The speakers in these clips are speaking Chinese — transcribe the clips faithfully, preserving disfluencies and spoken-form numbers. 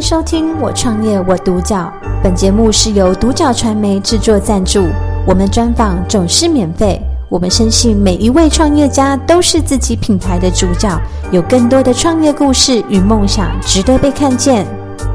收听我创业我独角，本节目是由独角传媒制作赞助，我们专访总是免费。我们深信每一位创业家都是自己品牌的主角，有更多的创业故事与梦想值得被看见。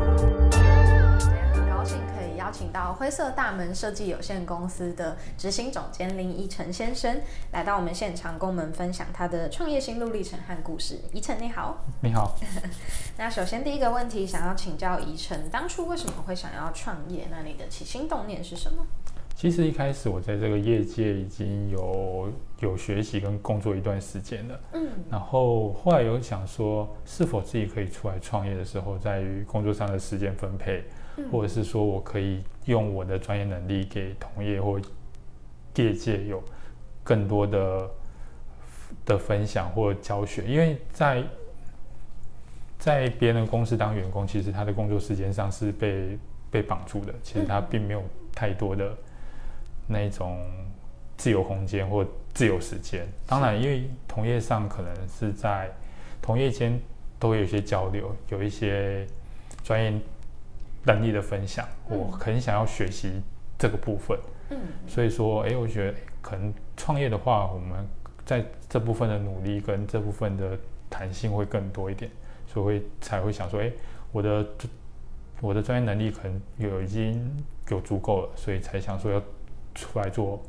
很高兴可以邀请到灰色大门设计有限公司的执行总监林宜晨先生来到我们现场，跟我们分享他的创业心路历程和故事。宜晨你好。 你好。 那首先第一个问题想要请教宜晨，当初为什么会想要创业？那你的起心动念是什么？ 其实一开始我在这个业界已经有有学习跟工作一段时间了，嗯，然后后来有想说，是否自己可以出来创业的时候，在于工作上的时间分配，嗯、或者是说我可以用我的专业能力给同业或业界有更多的的分享或教学，因为在在别人的公司当员工，其实他的工作时间上是被被绑住的，其实他并没有太多的那种自由空间或自由时间。当然因为同业上可能是在同业间都会有一些交流，有一些专业能力的分享，嗯、我很想要学习这个部分，嗯、所以说哎，我觉得可能创业的话，我们在这部分的努力跟这部分的弹性会更多一点，所以会才会想说，哎，我的我的专业能力可能有已经有足够了，所以才想说要出来做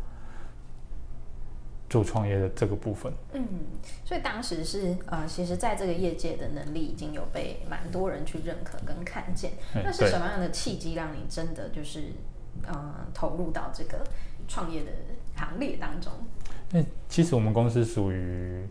做创业的这个部分。 嗯，所以当时是呃，其实在这个业界的能力已经有被蛮多人去认可跟看见。嗯、那是什么样的契机让你真的就是呃投入到这个创业的行列当中？ 那其实我们公司属于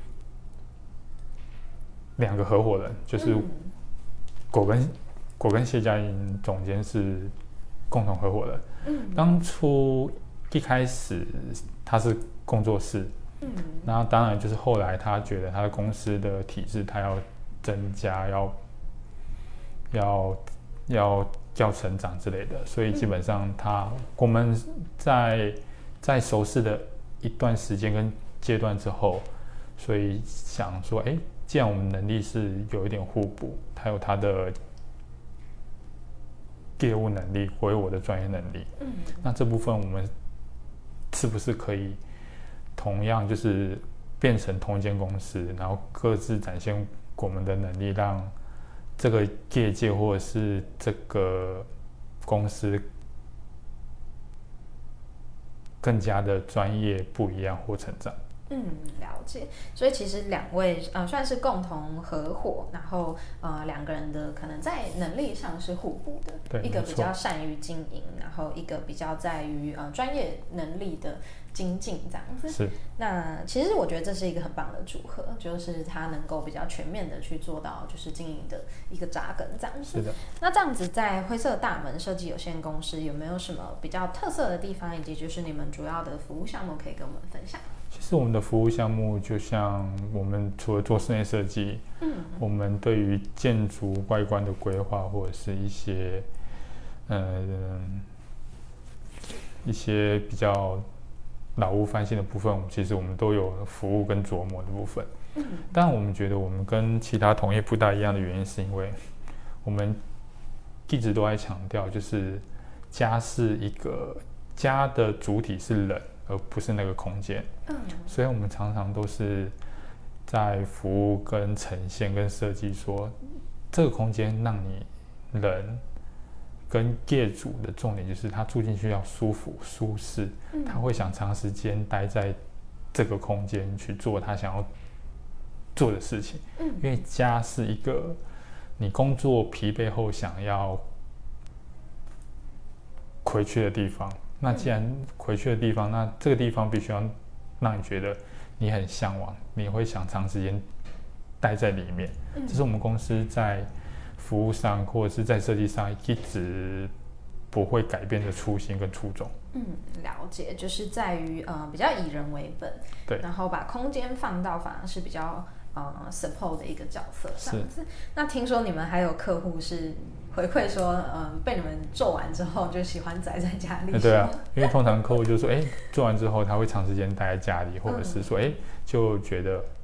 两个合伙人，就是果跟、嗯、果跟谢佳莹总监是共同合伙人。嗯，当初一开始他是工作室，嗯，然后当然就是后来他觉得他的公司的体制他要增加，要要要要成长之类的，所以基本上他、嗯、我们在在熟识的一段时间跟阶段之后，所以想说，哎，既然我们能力是有一点互补，他有他的业务能力，我有我的专业能力，嗯，那这部分我们是不是可以同样就是变成同一间公司，然后各自展现我们的能力，让这个业界或者是这个公司更加的专业不一样或成长。 嗯，了解。所以其实两位呃算是共同合伙，然后呃两个人的可能在能力上是互补的， 对， 一个比较善于经营，然后一个比较在于呃专业能力的精进这样子。 是。 那其实我觉得这是一个很棒的组合，就是它能够比较全面的去做到就是经营的一个扎根这样子。 是的。 那这样子在灰色大门设计有限公司有没有什么比较特色的地方，以及就是你们主要的服务项目可以跟我们分享？ 其实我们的服务项目就像我们除了做室内设计，嗯，我们对于建筑外观的规划或者是一些呃一些比较老屋翻新的部分，其实我们都有服务跟琢磨的部分。嗯，当然我们觉得我们跟其他同业不大一样的原因，是因为我们一直都在强调，就是家是一个家的主体是人，而不是那个空间。嗯，所以我们常常都是在服务跟呈现跟设计说，这个空间让你人跟业主的重点就是他住进去要舒服舒适，嗯、他会想长时间待在这个空间去做他想要做的事情。嗯，因为家是一个你工作疲惫后想要回去的地方。那既然回去的地方，那这个地方必须要让你觉得你很向往，你会想长时间待在里面。嗯、这是我们公司在服务上或者是在设计上一直不会改变的初心跟初衷。 嗯，了解，就是在于呃比较以人为本，对，然后把空间放到反而是比较呃 support 的一个角色这样子。那听说你们还有客户是回馈说，呃，被你们做完之后就喜欢宅在家里。 对啊，因为通常客户就说，哎，做完之后他会长时间待在家里，或者是说，哎，就觉得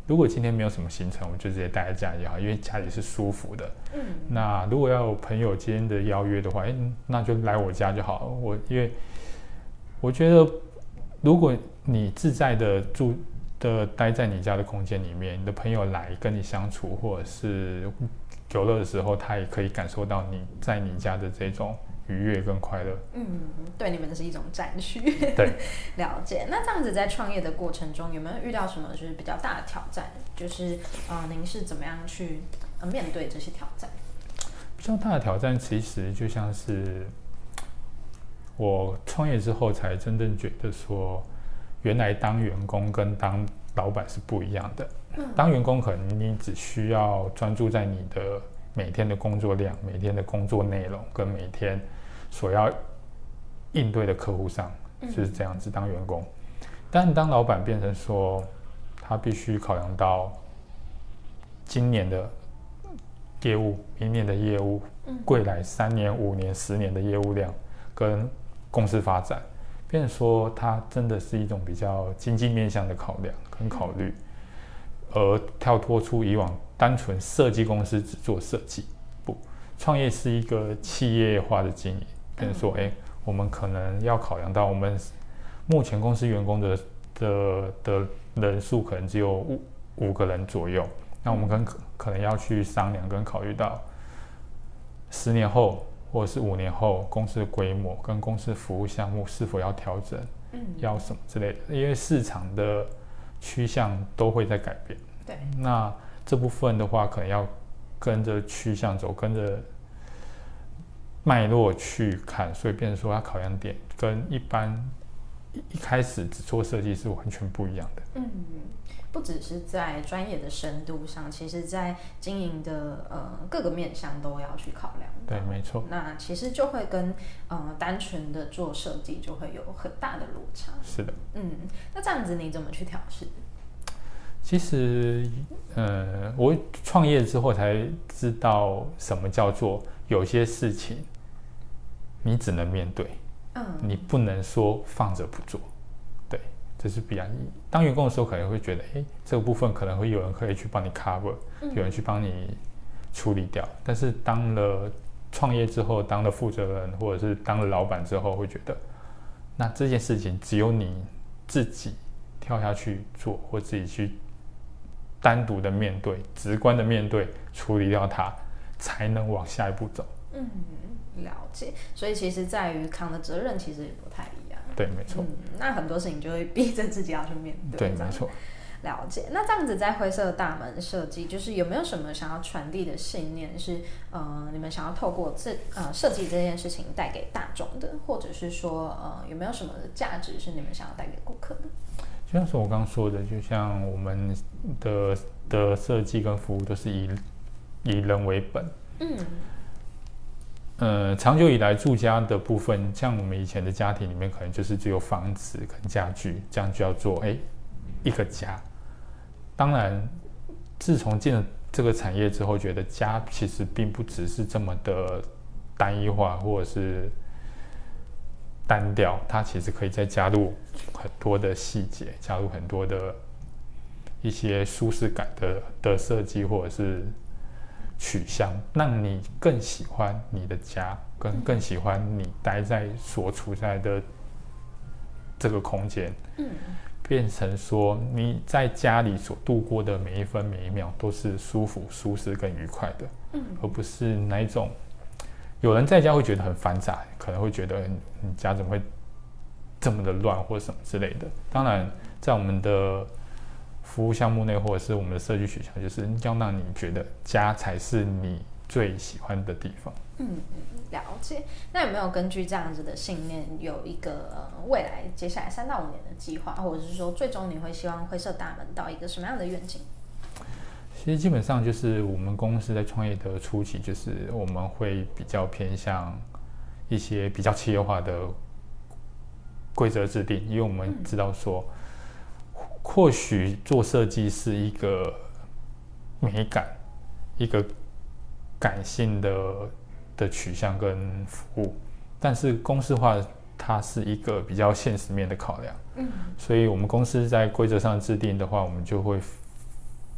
如果今天没有什么行程，我就直接待在家里就好，因为家里是舒服的。嗯，那如果要有朋友今天的邀约的话，哎，那就来我家就好了。我因为我觉得，如果你自在的住的待在你家的空间里面，你的朋友来跟你相处，或者是游乐的时候，他也可以感受到你在你家的这种愉悦跟快乐。 嗯，对你们这是一种占据。 对， 了解。那这样子在创业的过程中，有没有遇到什么就是比较大的挑战？就是呃，您是怎么样去呃面对这些挑战？ 比较大的挑战其实就像是我创业之后才真正觉得说，原来当员工跟当老板是不一样的。嗯、当员工可能你只需要专注在你的每天的工作量、每天的工作内容跟每天所要应对的客户上，就是这样子当员工。但当老板变成说，他必须考量到今年的业务、明年的业务、未来三年、五年、十年的业务量跟公司发展，变成说他真的是一种比较经济面向的考量跟考虑，而跳脱出以往单纯设计公司只做设计。不，创业是一个企业化的经营，变成说，哎，我们可能要考量到我们目前公司员工的的的人数可能只有五五个人左右，那我们可能可能要去商量跟考虑到十年后或者是五年后公司的规模跟公司服务项目是否要调整，嗯，要什么之类的，因为市场的趋向都会在改变。 对， 那这部分的话，可能要跟着趋向走，跟着脉络去看，所以变成说，它考量点跟一般一开始只做设计是完全不一样的。 嗯，不只是在专业的深度上，其实在经营的呃各个面向都要去考量。 对，没错。 那其实就会跟呃单纯的做设计就会有很大的落差。 是的。 嗯，那这样子你怎么去调试？ 其实，呃，我创业之后才知道什么叫做有些事情你只能面对，嗯，你不能说放着不做。对，这是比较。当员工的时候可能会觉得，哎，这个部分可能会有人可以去帮你 cover，嗯，有人去帮你处理掉。但是当了创业之后，当了负责人或者是当了老板之后，会觉得，那这件事情只有你自己跳下去做，或自己去单独的面对，直观的面对，处理掉它，才能往下一步走。 嗯，了解。所以其实在于扛的责任其实也不太一样。 对，没错。 嗯，那很多事情就会逼着自己要去面对。 对，没错。 了解。那这样子在灰色大门设计，就是有没有什么想要传递的信念是，呃，你们想要透过这呃设计这件事情带给大众的，或者是说，呃，有没有什么价值是你们想要带给顾客的？ 就像是我刚刚说的，就像我们的的设计跟服务都是以以人为本。嗯。呃，长久以来住家的部分，像我们以前的家庭里面，可能就是只有房子跟家具，这样就要做哎一个家。当然，自从进了这个产业之后，觉得家其实并不只是这么的单一化，或者是单调，它其实可以再加入很多的细节，加入很多的一些舒适感的的设计或者是取向，让你更喜欢你的家，跟更喜欢你待在所处在的这个空间，嗯，变成说你在家里所度过的每一分每一秒都是舒服、舒适跟愉快的，嗯，而不是哪一种。有人在家会觉得很繁杂，可能会觉得你家怎么会这么的乱或什么之类的。当然，在我们的服务项目内，或者是我们的设计取向，就是要让你觉得家才是你最喜欢的地方。 嗯，了解。那有没有根据这样子的信念，有一个、呃、未来接下来三到五年的计划，或者是说最终你会希望灰色大门到一个什么样的愿景？ 其实基本上就是我们公司在创业的初期，就是我们会比较偏向一些比较企业化的规则制定，因为我们知道说，或许做设计是一个美感、一个感性的的取向跟服务，但是公式化它是一个比较现实面的考量。嗯，所以我们公司在规则上制定的话，我们就会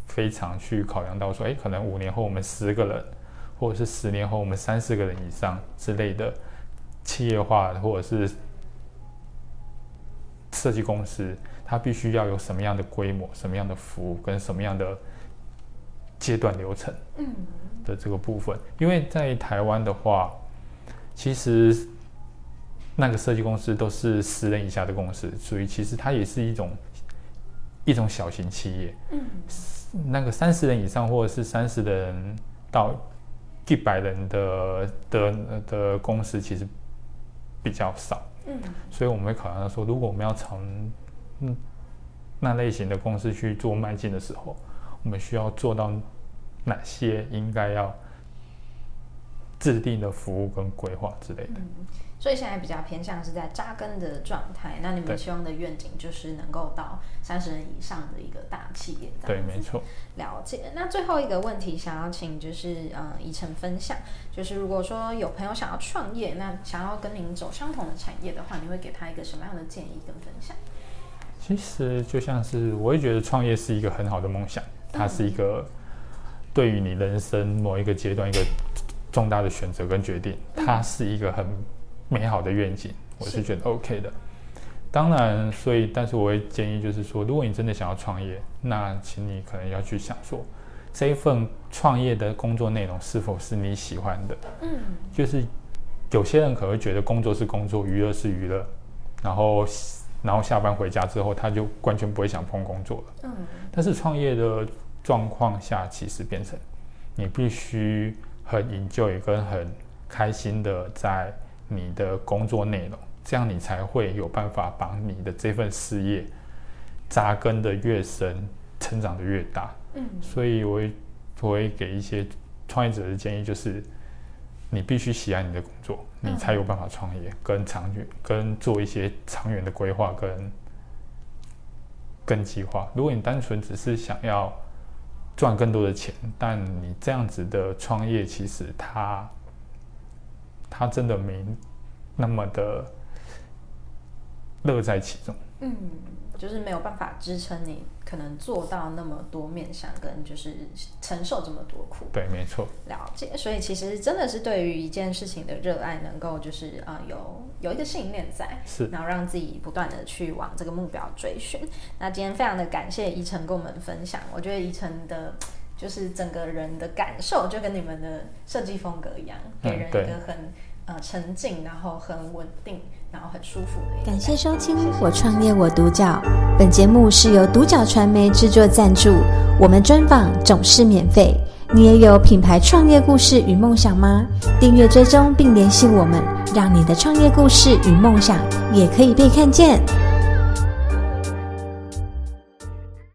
非常去考量到说，哎，可能五年后我们十个人，或者是十年后我们三十个人以上之类的企业化或者是设计公司，它必须要有什么样的规模、什么样的服务跟什么样的阶段流程的这个部分。因为在台湾的话，其实那个设计公司都是十人以下的公司，所以其实它也是一种一种小型企业。嗯，那个三十人以上或者是三十人到一百人的的的公司其实比较少。嗯，所以我们会考量到说，如果我们要朝嗯那类型的公司去做迈进的时候，我们需要做到哪些应该要制定的服务跟规划之类的。 嗯，所以现在比较偏向是在扎根的状态。那你们希望的愿景就是能够到三十人以上的一个大企业。 对，没错。 了解。那最后一个问题想要请就是呃宜晨分享，就是如果说有朋友想要创业，那想要跟您走相同的产业的话，你会给他一个什么样的建议跟分享？ 其实就像是我会觉得创业是一个很好的梦想，它是一个对于你人生某一个阶段一个重大的选择跟决定，它是一个很美好的愿景，我是觉得 OK 的。当然，所以但是我会建议就是说，如果你真的想要创业，那请你可能要去想说，这一份创业的工作内容是否是你喜欢的。嗯，就是有些人可能会觉得工作是工作，娱乐是娱乐，然后然后下班回家之后，他就完全不会想碰工作了。嗯，但是创业的状况下，其实变成你必须很enjoy跟很开心的在你的工作内容，这样你才会有办法把你的这份事业扎根的越深，成长的越大。嗯，所以我会我会给一些创业者的建议，就是你必须喜爱你的工作，你才有办法创业，跟长远跟做一些长远的规划跟跟计划。如果你单纯只是想要赚更多的钱，但你这样子的创业，其实它它真的没那么的乐在其中。 嗯，就是没有办法支撑你可能做到那么多面向，跟就是承受这么多苦。 对，没错。 了解，所以其实真的是对于一件事情的热爱，能够就是呃有有一个信念在， 是， 然后让自己不断的去往这个目标追寻。那今天非常的感谢宜晨跟我们分享，我觉得宜晨的就是整个人的感受就跟你们的设计风格一样，给人一个很、嗯、呃沉静，然后很稳定，然后很舒服的一个感觉。 感谢收听《我创业我独角》，本节目是由独角传媒制作赞助，我们专访总是免费。你也有品牌创业故事与梦想吗？订阅追踪并联系我们，让你的创业故事与梦想也可以被看见。